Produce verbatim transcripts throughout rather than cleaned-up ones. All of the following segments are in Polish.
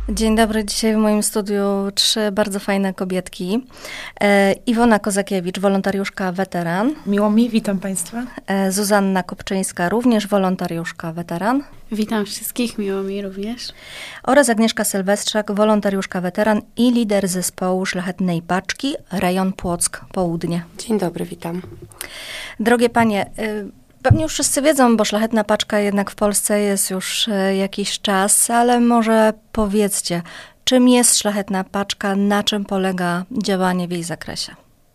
Dzień dobry. Dzisiaj w moim studiu trzy bardzo fajne kobietki. E, Iwona Kozakiewicz, wolontariuszka weteran. Miło mi, witam Państwa. E, Zuzanna Kopczyńska, również wolontariuszka weteran. Witam wszystkich, miło mi również. Oraz Agnieszka Sylwestrzak, wolontariuszka weteran i lider zespołu Szlachetnej Paczki, rejon Płock Południe. Dzień dobry, witam. Drogie panie, y- pewnie już wszyscy wiedzą, bo Szlachetna Paczka jednak w Polsce jest już y, jakiś czas, ale może powiedzcie, czym jest Szlachetna Paczka, na czym polega działanie w jej zakresie?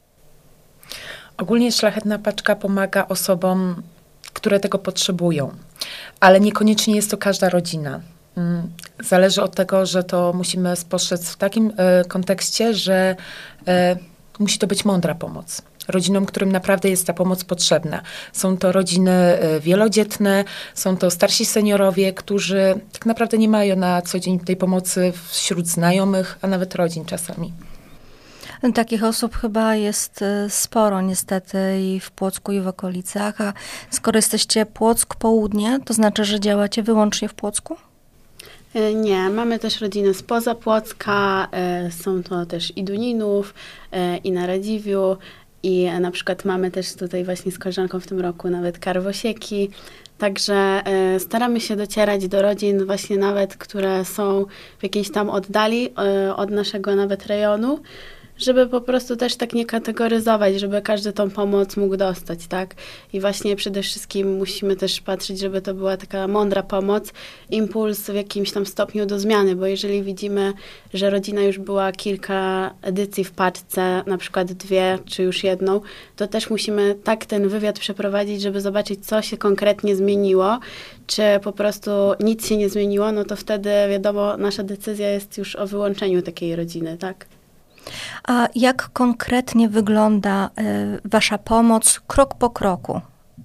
Ogólnie Szlachetna Paczka pomaga osobom, które tego potrzebują, ale niekoniecznie jest to każda rodzina. Zależy od tego, że to musimy spostrzec w takim y, kontekście, że y, musi to być mądra pomoc. Rodzinom, którym naprawdę jest ta pomoc potrzebna. Są to rodziny wielodzietne, są to starsi seniorowie, którzy tak naprawdę nie mają na co dzień tej pomocy wśród znajomych, a nawet rodzin czasami. Takich osób chyba jest sporo niestety i w Płocku, i w okolicach. A skoro jesteście Płock Południe, to znaczy, że działacie wyłącznie w Płocku? Nie, mamy też rodziny spoza Płocka, są to też i Duninów, i na Radziwiu, i na przykład mamy też tutaj właśnie z koleżanką w tym roku nawet Karwosieki. Także y, staramy się docierać do rodzin właśnie nawet, które są w jakiejś tam oddali y, od naszego nawet rejonu, żeby po prostu też tak nie kategoryzować, żeby każdy tą pomoc mógł dostać, tak? I właśnie przede wszystkim musimy też patrzeć, żeby to była taka mądra pomoc, impuls w jakimś tam stopniu do zmiany, bo jeżeli widzimy, że rodzina już była kilka edycji w paczce, na przykład dwie, czy już jedną, to też musimy tak ten wywiad przeprowadzić, żeby zobaczyć, co się konkretnie zmieniło, czy po prostu nic się nie zmieniło, no to wtedy wiadomo, nasza decyzja jest już o wyłączeniu takiej rodziny, tak? A jak konkretnie wygląda y, wasza pomoc krok po kroku?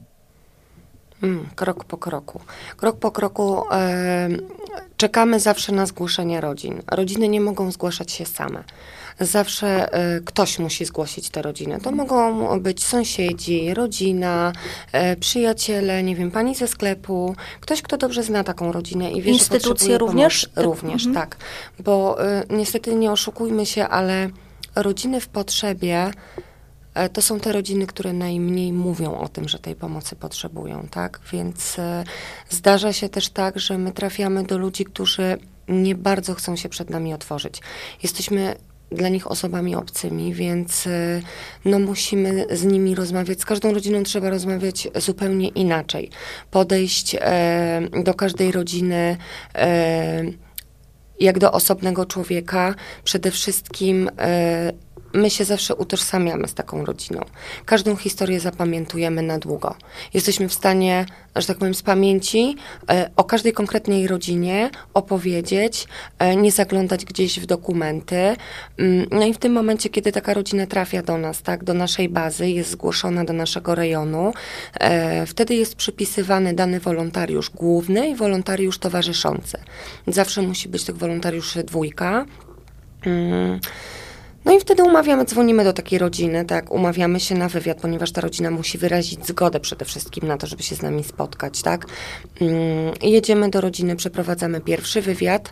Hmm, krok po kroku. Krok po kroku e, czekamy zawsze na zgłoszenie rodzin. Rodziny nie mogą zgłaszać się same. Zawsze e, ktoś musi zgłosić te rodziny. To mogą być sąsiedzi, rodzina, e, przyjaciele, nie wiem, pani ze sklepu, ktoś, kto dobrze zna taką rodzinę i wie, instytucje że potrzebuje również? pomocy. Również, mhm. tak. Bo e, niestety nie oszukujmy się, ale rodziny w potrzebie to są te rodziny, które najmniej mówią o tym, że tej pomocy potrzebują, tak? Więc e, zdarza się też tak, że my trafiamy do ludzi, którzy nie bardzo chcą się przed nami otworzyć. Jesteśmy dla nich osobami obcymi, więc e, no musimy z nimi rozmawiać. Z każdą rodziną trzeba rozmawiać zupełnie inaczej. Podejść e, do każdej rodziny e, jak do osobnego człowieka. Przede wszystkim e, my się zawsze utożsamiamy z taką rodziną. Każdą historię zapamiętujemy na długo. Jesteśmy w stanie, że tak powiem, z pamięci e, o każdej konkretnej rodzinie opowiedzieć, e, nie zaglądać gdzieś w dokumenty. Mm, no i w tym momencie, kiedy taka rodzina trafia do nas, tak, do naszej bazy, jest zgłoszona do naszego rejonu, e, wtedy jest przypisywany dany wolontariusz główny i wolontariusz towarzyszący. Zawsze musi być tych wolontariuszy dwójka. Mm. No i wtedy umawiamy, dzwonimy do takiej rodziny, tak, umawiamy się na wywiad, ponieważ ta rodzina musi wyrazić zgodę przede wszystkim na to, żeby się z nami spotkać, tak. Mm, jedziemy do rodziny, przeprowadzamy pierwszy wywiad,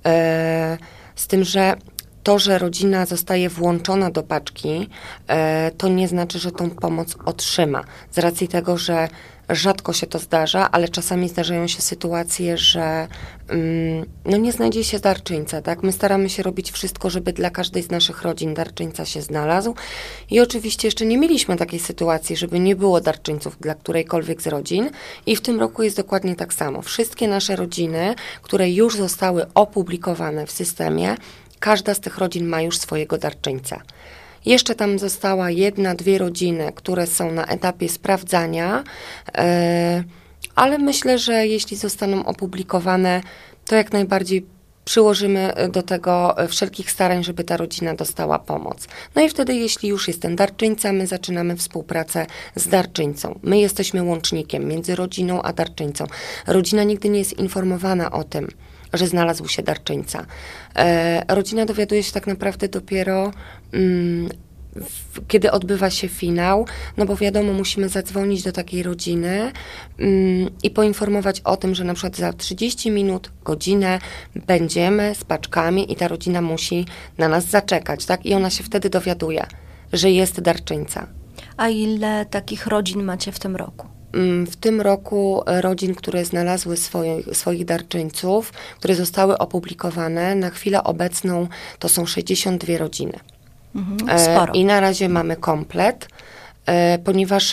e, z tym, że to, że rodzina zostaje włączona do paczki, e, to nie znaczy, że tą pomoc otrzyma. Z racji tego, że rzadko się to zdarza, ale czasami zdarzają się sytuacje, że um, no nie znajdzie się darczyńca, tak? My staramy się robić wszystko, żeby dla każdej z naszych rodzin darczyńca się znalazł. I oczywiście jeszcze nie mieliśmy takiej sytuacji, żeby nie było darczyńców dla którejkolwiek z rodzin. I w tym roku jest dokładnie tak samo. Wszystkie nasze rodziny, które już zostały opublikowane w systemie, każda z tych rodzin ma już swojego darczyńca. Jeszcze tam została jedna, dwie rodziny, które są na etapie sprawdzania, yy, ale myślę, że jeśli zostaną opublikowane, to jak najbardziej przyłożymy do tego wszelkich starań, żeby ta rodzina dostała pomoc. No i wtedy, jeśli już jest ten darczyńca, my zaczynamy współpracę z darczyńcą. My jesteśmy łącznikiem między rodziną a darczyńcą. Rodzina nigdy nie jest informowana o tym, że znalazł się darczyńca. E, rodzina dowiaduje się tak naprawdę dopiero mm, w, kiedy odbywa się finał, no bo wiadomo, musimy zadzwonić do takiej rodziny mm, i poinformować o tym, że na przykład za trzydzieści minut, godzinę będziemy z paczkami i ta rodzina musi na nas zaczekać, tak? I ona się wtedy dowiaduje, że jest darczyńca. A ile takich rodzin macie w tym roku? W tym roku rodzin, które znalazły swoje, swoich darczyńców, które zostały opublikowane, na chwilę obecną to są sześćdziesiąt dwie rodziny. Mhm, sporo. E, I na razie mamy komplet, e, ponieważ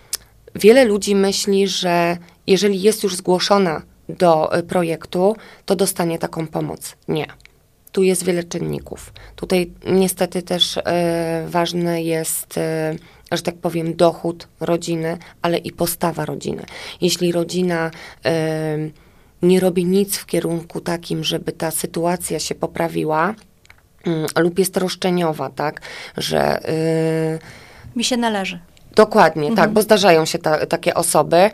wiele ludzi myśli, że jeżeli jest już zgłoszona do e, projektu, to dostanie taką pomoc. Nie. Tu jest wiele czynników. Tutaj niestety też e, ważny jest, e, że tak powiem, dochód rodziny, ale i postawa rodziny. Jeśli rodzina e, nie robi nic w kierunku takim, żeby ta sytuacja się poprawiła, mm, lub jest roszczeniowa, tak, że... E, Mi się należy. Dokładnie, Mhm. tak, bo zdarzają się ta, takie osoby.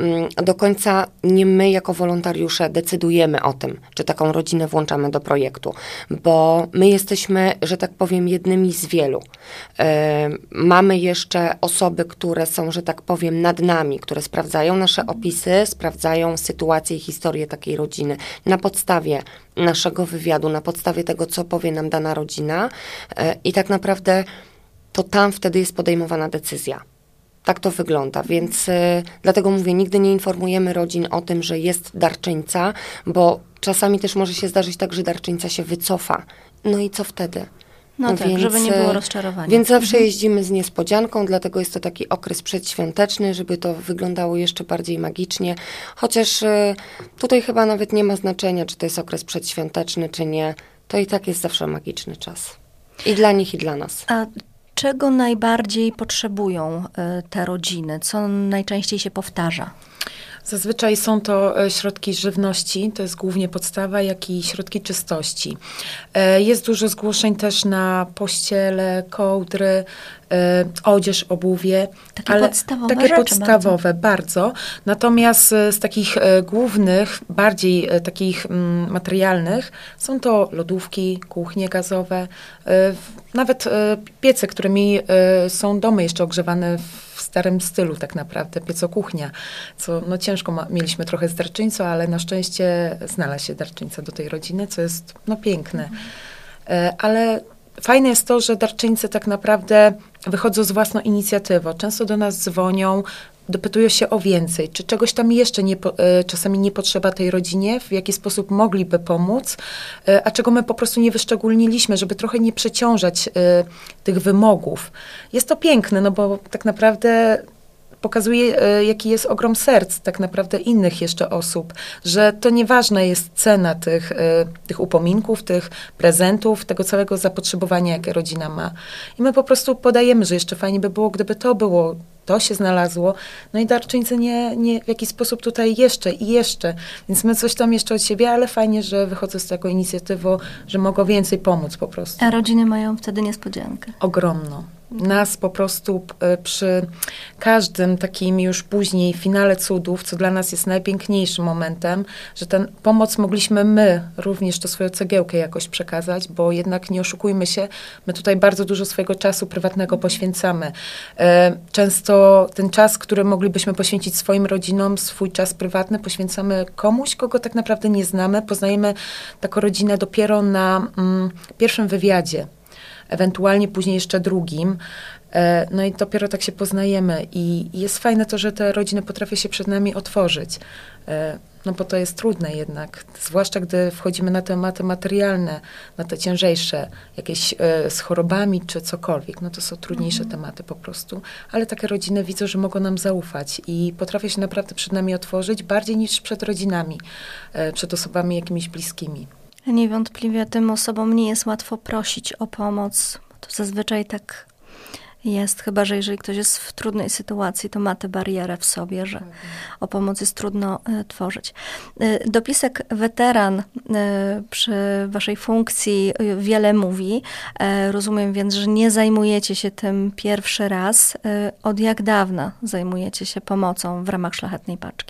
Do końca nie my jako wolontariusze decydujemy o tym, czy taką rodzinę włączamy do projektu, bo my jesteśmy, że tak powiem, jednymi z wielu. Yy, mamy jeszcze osoby, które są, że tak powiem, nad nami, które sprawdzają nasze opisy, sprawdzają sytuację i historię takiej rodziny. Na podstawie naszego wywiadu, na podstawie tego, co powie nam dana rodzina yy, i tak naprawdę to tam wtedy jest podejmowana decyzja. Tak to wygląda, więc y, dlatego mówię, nigdy nie informujemy rodzin o tym, że jest darczyńca, bo czasami też może się zdarzyć tak, że darczyńca się wycofa. No i co wtedy? No, no tak, więc, żeby nie było rozczarowania. Więc zawsze mhm. jeździmy z niespodzianką, dlatego jest to taki okres przedświąteczny, żeby to wyglądało jeszcze bardziej magicznie. Chociaż y, tutaj chyba nawet nie ma znaczenia, czy to jest okres przedświąteczny, czy nie. To i tak jest zawsze magiczny czas. I dla nich, i dla nas. A czego najbardziej potrzebują y, te rodziny? Co najczęściej się powtarza? Zazwyczaj są to środki żywności, to jest głównie podstawa, jak i środki czystości. Jest dużo zgłoszeń też na pościele, kołdry, odzież, obuwie. Takie ale podstawowe Takie rzeczy podstawowe, bardzo. bardzo. Natomiast z takich głównych, bardziej takich materialnych, są to lodówki, kuchnie gazowe, nawet piece, którymi są domy jeszcze ogrzewane w starym stylu tak naprawdę, piecokuchnia, co no ciężko ma, mieliśmy trochę z darczyńcą, ale na szczęście znalazł się darczyńca do tej rodziny, co jest no piękne. Mhm. Ale fajne jest to, że darczyńcy tak naprawdę wychodzą z własną inicjatywą. Często do nas dzwonią, dopytują się o więcej, czy czegoś tam jeszcze nie, czasami nie potrzeba tej rodzinie, w jaki sposób mogliby pomóc, a czego my po prostu nie wyszczególniliśmy, żeby trochę nie przeciążać tych wymogów. Jest to piękne, no bo tak naprawdę pokazuje, jaki jest ogrom serc tak naprawdę innych jeszcze osób, że to nieważna jest cena tych, tych upominków, tych prezentów, tego całego zapotrzebowania, jakie rodzina ma. I my po prostu podajemy, że jeszcze fajnie by było, gdyby to było, to się znalazło, no i darczyńcy nie, nie w jakiś sposób tutaj jeszcze i jeszcze, więc my coś tam jeszcze od siebie, ale fajnie, że wychodzą z taką inicjatywą, że mogą więcej pomóc po prostu. A rodziny mają wtedy niespodziankę. Ogromną. Nas po prostu przy każdym takim już później finale cudów, co dla nas jest najpiękniejszym momentem, że tę pomoc mogliśmy my również to swoją cegiełkę jakoś przekazać, bo jednak nie oszukujmy się, my tutaj bardzo dużo swojego czasu prywatnego poświęcamy. Często ten czas, który moglibyśmy poświęcić swoim rodzinom, swój czas prywatny poświęcamy komuś, kogo tak naprawdę nie znamy. Poznajemy taką rodzinę dopiero na mm, pierwszym wywiadzie. Ewentualnie później jeszcze drugim. No i dopiero tak się poznajemy. I jest fajne to, że te rodziny potrafią się przed nami otworzyć. No bo to jest trudne jednak. Zwłaszcza gdy wchodzimy na tematy materialne, na te ciężejsze, jakieś z chorobami czy cokolwiek. No to są trudniejsze mhm. tematy po prostu. Ale takie rodziny widzą, że mogą nam zaufać i potrafią się naprawdę przed nami otworzyć bardziej niż przed rodzinami, przed osobami jakimiś bliskimi. Niewątpliwie tym osobom nie jest łatwo prosić o pomoc. To zazwyczaj tak jest, chyba że jeżeli ktoś jest w trudnej sytuacji, to ma tę barierę w sobie, że mhm. o pomoc jest trudno y, tworzyć. Y, dopisek weteran y, przy waszej funkcji y, wiele mówi. Y, rozumiem więc, że nie zajmujecie się tym pierwszy raz. Y, od jak dawna zajmujecie się pomocą w ramach Szlachetnej Paczki?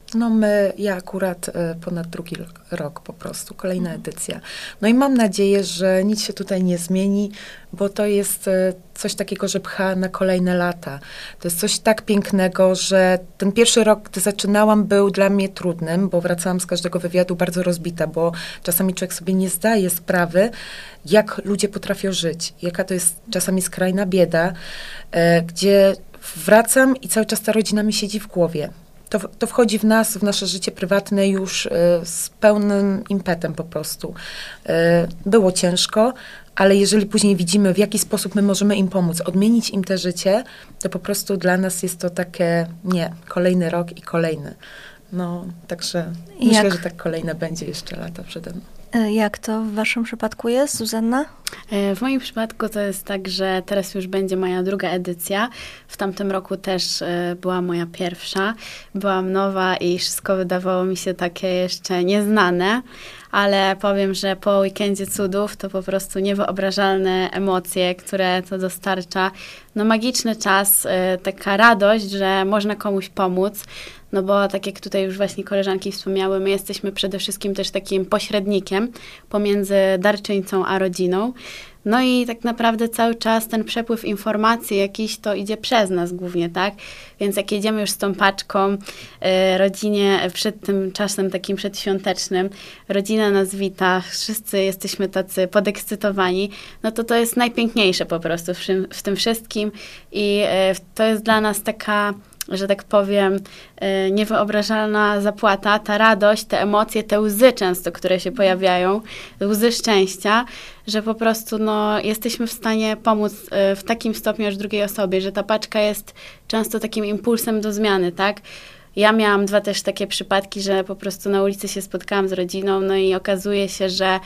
No my, ja akurat y, ponad drugi rok po prostu, kolejna edycja. No i mam nadzieję, że nic się tutaj nie zmieni, bo to jest y, coś takiego, że pcha na kolejne lata. To jest coś tak pięknego, że ten pierwszy rok, gdy zaczynałam, był dla mnie trudnym, bo wracałam z każdego wywiadu bardzo rozbita, bo czasami człowiek sobie nie zdaje sprawy, jak ludzie potrafią żyć, jaka to jest czasami skrajna bieda, y, gdzie wracam i cały czas ta rodzina mi siedzi w głowie. To, to wchodzi w nas, w nasze życie prywatne już y, z pełnym impetem po prostu. Y, było ciężko, ale jeżeli później widzimy, w jaki sposób my możemy im pomóc, odmienić im te życie, to po prostu dla nas jest to takie, nie, kolejny rok i kolejny. No, także Jak? myślę, że tak kolejne będzie jeszcze lata przede mną. Jak to w waszym przypadku jest, Zuzanna? W moim przypadku to jest tak, że teraz już będzie moja druga edycja. W tamtym roku też była moja pierwsza. Byłam nowa i wszystko wydawało mi się takie jeszcze nieznane, ale powiem, że po Weekendzie Cudów to po prostu niewyobrażalne emocje, które to dostarcza. No magiczny czas, taka radość, że można komuś pomóc. No bo tak jak tutaj już właśnie koleżanki wspomniały, my jesteśmy przede wszystkim też takim pośrednikiem pomiędzy darczyńcą a rodziną. No i tak naprawdę cały czas ten przepływ informacji jakiś to idzie przez nas głównie, tak? Więc jak jedziemy już z tą paczką y, rodzinie przed tym czasem takim przedświątecznym, rodzina nas wita, wszyscy jesteśmy tacy podekscytowani, no to to jest najpiękniejsze po prostu w, w tym wszystkim i y, to jest dla nas taka, że tak powiem, niewyobrażalna zapłata, ta radość, te emocje, te łzy często, które się pojawiają, łzy szczęścia, że po prostu no, jesteśmy w stanie pomóc w takim stopniu aż drugiej osobie, że ta paczka jest często takim impulsem do zmiany, tak? Ja miałam dwa też takie przypadki, że po prostu na ulicy się spotkałam z rodziną, no i okazuje się, że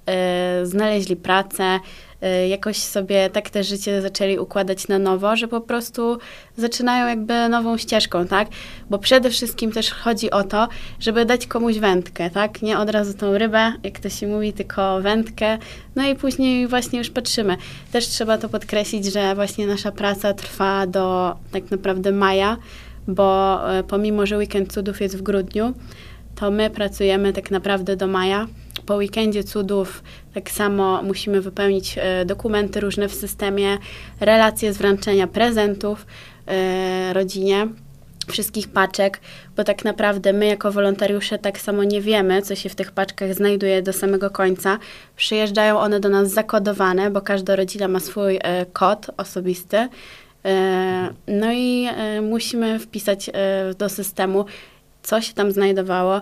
y, znaleźli pracę, jakoś sobie tak te życie zaczęli układać na nowo, że po prostu zaczynają jakby nową ścieżką, tak? Bo przede wszystkim też chodzi o to, żeby dać komuś wędkę, tak? Nie od razu tą rybę, jak to się mówi, tylko wędkę. No i później właśnie już patrzymy. Też trzeba to podkreślić, że właśnie nasza praca trwa do tak naprawdę maja, bo pomimo, że Weekend Cudów jest w grudniu, to my pracujemy tak naprawdę do maja. Po Weekendzie Cudów tak samo musimy wypełnić e, dokumenty różne w systemie, relacje z wręczenia prezentów e, rodzinie, wszystkich paczek, bo tak naprawdę my jako wolontariusze tak samo nie wiemy, co się w tych paczkach znajduje do samego końca. Przyjeżdżają one do nas zakodowane, bo każda rodzina ma swój e, kod osobisty. E, no i e, musimy wpisać e, do systemu, co się tam znajdowało.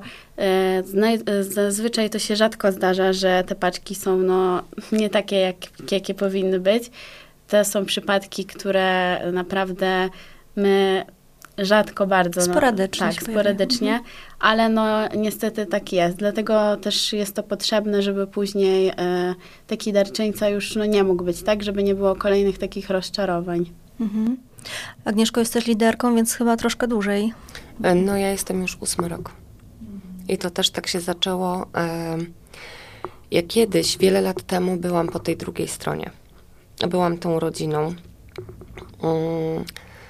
Zazwyczaj to się rzadko zdarza, że te paczki są no, nie takie, jak, jakie powinny być. To są przypadki, które naprawdę my rzadko bardzo... Sporadycznie. No, tak, sporadycznie, ale no niestety tak jest. Dlatego też jest to potrzebne, żeby później e, taki darczyńca już no, nie mógł być, tak? Żeby nie było kolejnych takich rozczarowań. Mhm. Agnieszko, jesteś liderką, więc chyba troszkę dłużej. No ja jestem już ósmy rok. I to też tak się zaczęło. E, ja kiedyś, wiele lat temu byłam po tej drugiej stronie. Byłam tą rodziną. Mm.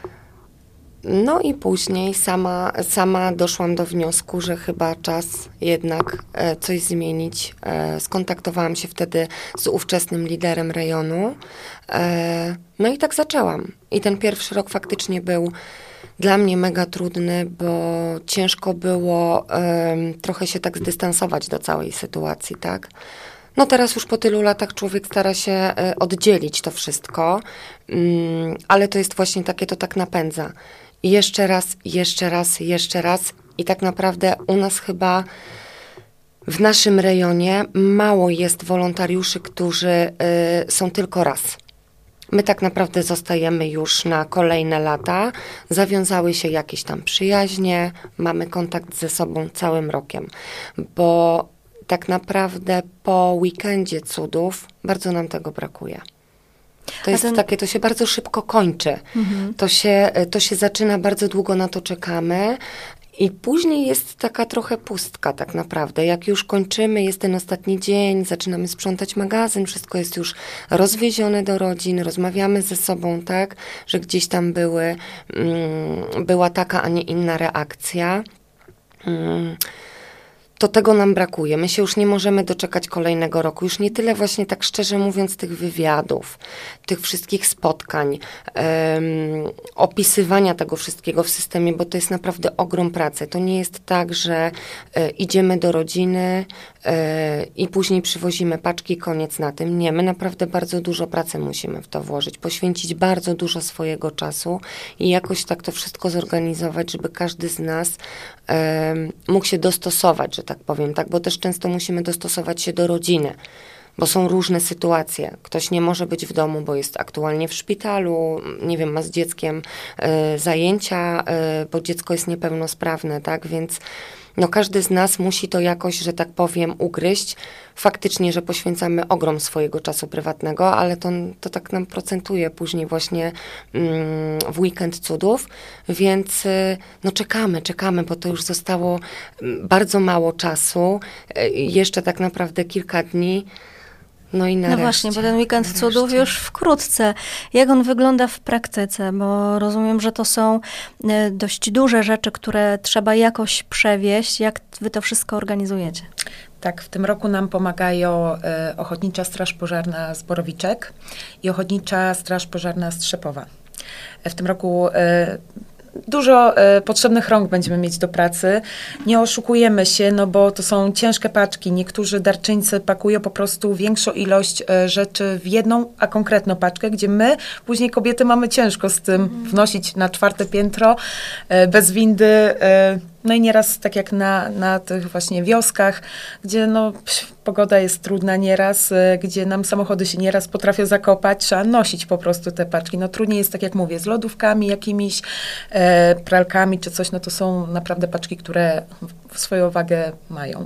No i później sama, sama doszłam do wniosku, że chyba czas jednak e, coś zmienić. E, skontaktowałam się wtedy z ówczesnym liderem rejonu. E, no i tak zaczęłam. I ten pierwszy rok faktycznie był dla mnie mega trudny, bo ciężko było e, trochę się tak zdystansować do całej sytuacji, tak? No teraz już po tylu latach człowiek stara się e, oddzielić to wszystko, mm, ale to jest właśnie takie, to tak napędza. I jeszcze raz, jeszcze raz, jeszcze raz. I tak naprawdę u nas chyba w naszym rejonie mało jest wolontariuszy, którzy y, są tylko raz. My tak naprawdę zostajemy już na kolejne lata. Zawiązały się jakieś tam przyjaźnie, mamy kontakt ze sobą całym rokiem. Bo tak naprawdę po Weekendzie Cudów bardzo nam tego brakuje. To jest ten... takie, to się bardzo szybko kończy. Mhm. To się, to się zaczyna, bardzo długo na to czekamy i później jest taka trochę pustka tak naprawdę. Jak już kończymy, jest ten ostatni dzień, zaczynamy sprzątać magazyn, wszystko jest już rozwiezione do rodzin, rozmawiamy ze sobą, tak, że gdzieś tam były, mm, była taka, a nie inna reakcja. mm, to tego nam brakuje. My się już nie możemy doczekać kolejnego roku. Już nie tyle właśnie tak szczerze mówiąc tych wywiadów, tych wszystkich spotkań, um, opisywania tego wszystkiego w systemie, bo to jest naprawdę ogrom pracy. To nie jest tak, że e, idziemy do rodziny e, i później przywozimy paczki, koniec na tym. Nie, my naprawdę bardzo dużo pracy musimy w to włożyć, poświęcić bardzo dużo swojego czasu i jakoś tak to wszystko zorganizować, żeby każdy z nas e, mógł się dostosować, że tak powiem, tak, bo też często musimy dostosować się do rodziny, bo są różne sytuacje. Ktoś nie może być w domu, bo jest aktualnie w szpitalu, nie wiem, ma z dzieckiem y, zajęcia, y, bo dziecko jest niepełnosprawne, tak, więc no każdy z nas musi to jakoś, że tak powiem, ugryźć. Faktycznie, że poświęcamy ogrom swojego czasu prywatnego, ale to, to tak nam procentuje później właśnie mm, w weekend cudów, więc y, no czekamy, czekamy, bo to już zostało bardzo mało czasu, y, jeszcze tak naprawdę kilka dni. No i nareszcie. No właśnie, bo ten weekend nareszcie. cudów już wkrótce. Jak on wygląda w praktyce? Bo rozumiem, że to są e, dość duże rzeczy, które trzeba jakoś przewieźć. Jak wy to wszystko organizujecie? Tak, w tym roku nam pomagają e, Ochotnicza Straż Pożarna z Borowiczek i Ochotnicza Straż Pożarna z Trzepowa. E, w tym roku e, Dużo e, potrzebnych rąk będziemy mieć do pracy. Nie oszukujemy się, no bo to są ciężkie paczki. Niektórzy darczyńcy pakują po prostu większą ilość e, rzeczy w jedną, a konkretną paczkę, gdzie my, później kobiety, mamy ciężko z tym mm. wnosić na czwarte piętro, e, bez windy. E, no i nieraz tak jak na, na tych właśnie wioskach, gdzie no, psz, pogoda jest trudna nieraz, e, gdzie nam samochody się nieraz potrafią zakopać, trzeba nosić po prostu te paczki. No trudniej jest, tak jak mówię, z lodówkami jakimiś, e, pralkami czy coś, no to są naprawdę paczki, które swoją wagę mają.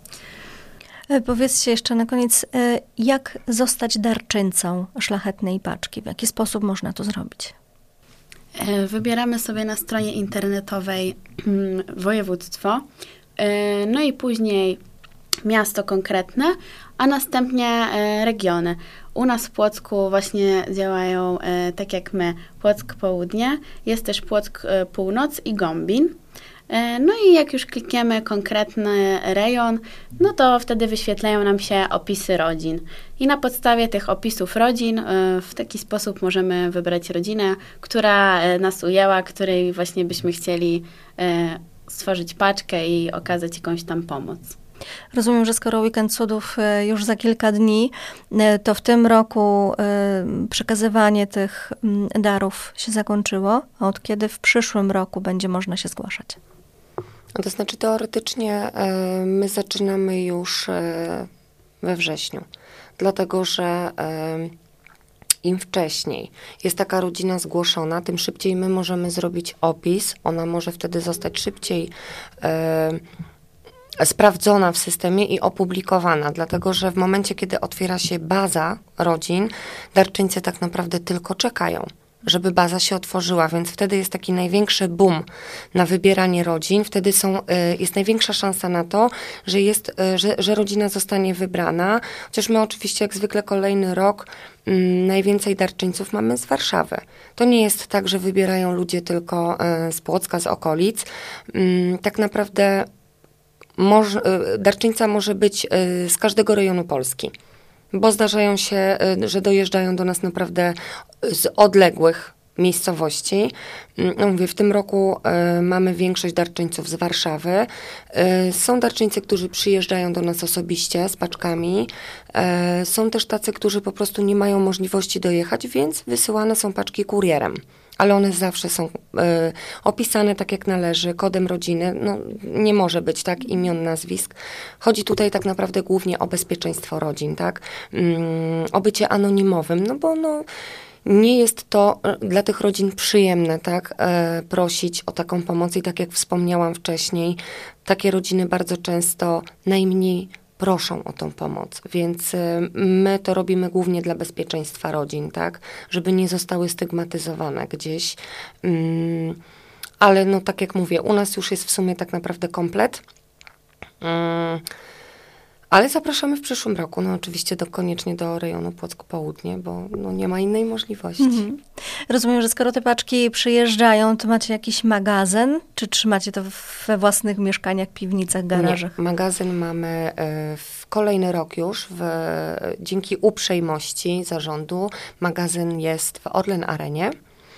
E, powiedzcie jeszcze na koniec, e, jak zostać darczyńcą szlachetnej paczki? W jaki sposób można to zrobić? Wybieramy sobie na stronie internetowej województwo, no i później miasto konkretne, a następnie regiony. U nas w Płocku właśnie działają tak jak my, Płock Południe, jest też Płock Północ i Gombin. No i jak już klikniemy konkretny rejon, no to wtedy wyświetlają nam się opisy rodzin. I na podstawie tych opisów rodzin w taki sposób możemy wybrać rodzinę, która nas ujęła, której właśnie byśmy chcieli stworzyć paczkę i okazać jakąś tam pomoc. Rozumiem, że skoro weekend cudów już za kilka dni, to w tym roku przekazywanie tych darów się zakończyło, a od kiedy w przyszłym roku będzie można się zgłaszać? No to znaczy teoretycznie y, my zaczynamy już y, we wrześniu, dlatego że y, im wcześniej jest taka rodzina zgłoszona, tym szybciej my możemy zrobić opis, ona może wtedy zostać szybciej y, sprawdzona w systemie i opublikowana, dlatego że w momencie, kiedy otwiera się baza rodzin, darczyńcy tak naprawdę tylko czekają, żeby baza się otworzyła, więc wtedy jest taki największy boom na wybieranie rodzin. Wtedy są, jest największa szansa na to, że, jest, że, że rodzina zostanie wybrana. Chociaż my oczywiście jak zwykle kolejny rok m, najwięcej darczyńców mamy z Warszawy. To nie jest tak, że wybierają ludzie tylko z Płocka, z okolic. M, tak naprawdę może, darczyńca może być z każdego rejonu Polski. Bo zdarzają się, że dojeżdżają do nas naprawdę z odległych miejscowości. No mówię, w tym roku y, mamy większość darczyńców z Warszawy. Y, są darczyńcy, którzy przyjeżdżają do nas osobiście z paczkami. Y, są też tacy, którzy po prostu nie mają możliwości dojechać, więc wysyłane są paczki kurierem. Ale one zawsze są y, opisane tak jak należy, kodem rodziny. No, nie może być tak imion, nazwisk. Chodzi tutaj tak naprawdę głównie o bezpieczeństwo rodzin, tak? Ym, o bycie anonimowym, no bo no, nie jest to dla tych rodzin przyjemne, tak? E, prosić o taką pomoc i tak jak wspomniałam wcześniej, takie rodziny bardzo często najmniej proszą o tą pomoc, więc y, my to robimy głównie dla bezpieczeństwa rodzin, tak, żeby nie zostały stygmatyzowane gdzieś, ym, ale no tak jak mówię, u nas już jest w sumie tak naprawdę komplet, ym, ale zapraszamy w przyszłym roku, no oczywiście do, koniecznie do rejonu Płock Południe, bo no, nie ma innej możliwości. Mhm. Rozumiem, że skoro te paczki przyjeżdżają, to macie jakiś magazyn, czy trzymacie to we własnych mieszkaniach, piwnicach, garażach? Nie, magazyn mamy w kolejny rok już, w, dzięki uprzejmości zarządu, magazyn jest w Orlen Arenie.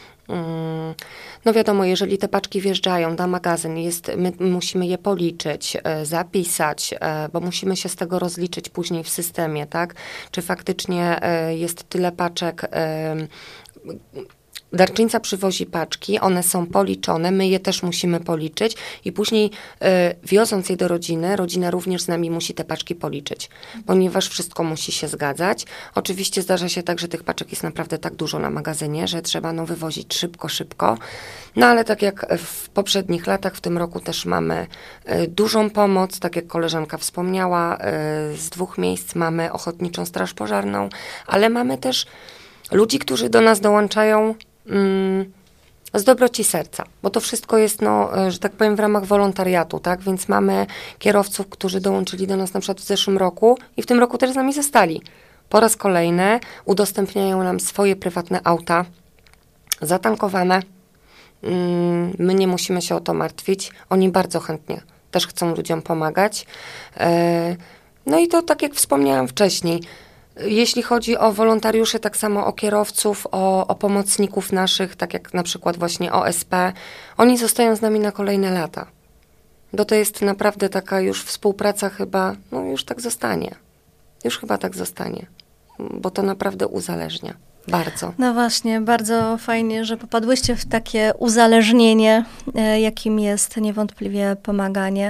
No wiadomo, jeżeli te paczki wjeżdżają na magazyn, jest, my musimy je policzyć, zapisać, bo musimy się z tego rozliczyć później w systemie, tak? Czy faktycznie jest tyle paczek. Darczyńca przywozi paczki, one są policzone, my je też musimy policzyć i później y, wioząc je do rodziny, rodzina również z nami musi te paczki policzyć, ponieważ wszystko musi się zgadzać. Oczywiście zdarza się tak, że tych paczek jest naprawdę tak dużo na magazynie, że trzeba no wywozić szybko, szybko. No ale tak jak w poprzednich latach, w tym roku też mamy y, dużą pomoc, tak jak koleżanka wspomniała, y, z dwóch miejsc mamy Ochotniczą Straż Pożarną, ale mamy też ludzi, którzy do nas dołączają z dobroci serca, bo to wszystko jest, no, że tak powiem, w ramach wolontariatu, tak, więc mamy kierowców, którzy dołączyli do nas na przykład w zeszłym roku i w tym roku też z nami zostali. Po raz kolejny udostępniają nam swoje prywatne auta, zatankowane, my nie musimy się o to martwić, oni bardzo chętnie też chcą ludziom pomagać. No i to tak jak wspomniałam wcześniej, jeśli chodzi o wolontariuszy, tak samo o kierowców, o, o pomocników naszych, tak jak na przykład właśnie O S P, oni zostają z nami na kolejne lata. Bo to jest naprawdę taka już współpraca chyba, no już tak zostanie. Już chyba tak zostanie, bo to naprawdę uzależnia. Bardzo. No właśnie, bardzo fajnie, że popadłyście w takie uzależnienie, jakim jest niewątpliwie pomaganie,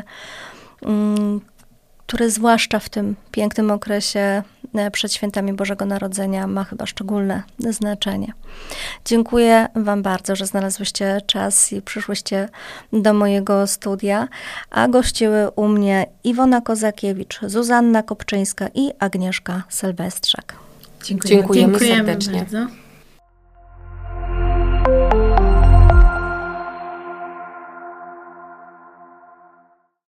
które zwłaszcza w tym pięknym okresie przed świętami Bożego Narodzenia ma chyba szczególne znaczenie. Dziękuję wam bardzo, że znalazłyście czas i przyszłyście do mojego studia, a gościły u mnie Iwona Kozakiewicz, Zuzanna Kopczyńska i Agnieszka Sylwestrzak. Dziękujemy, Dziękujemy, Dziękujemy serdecznie. bardzo.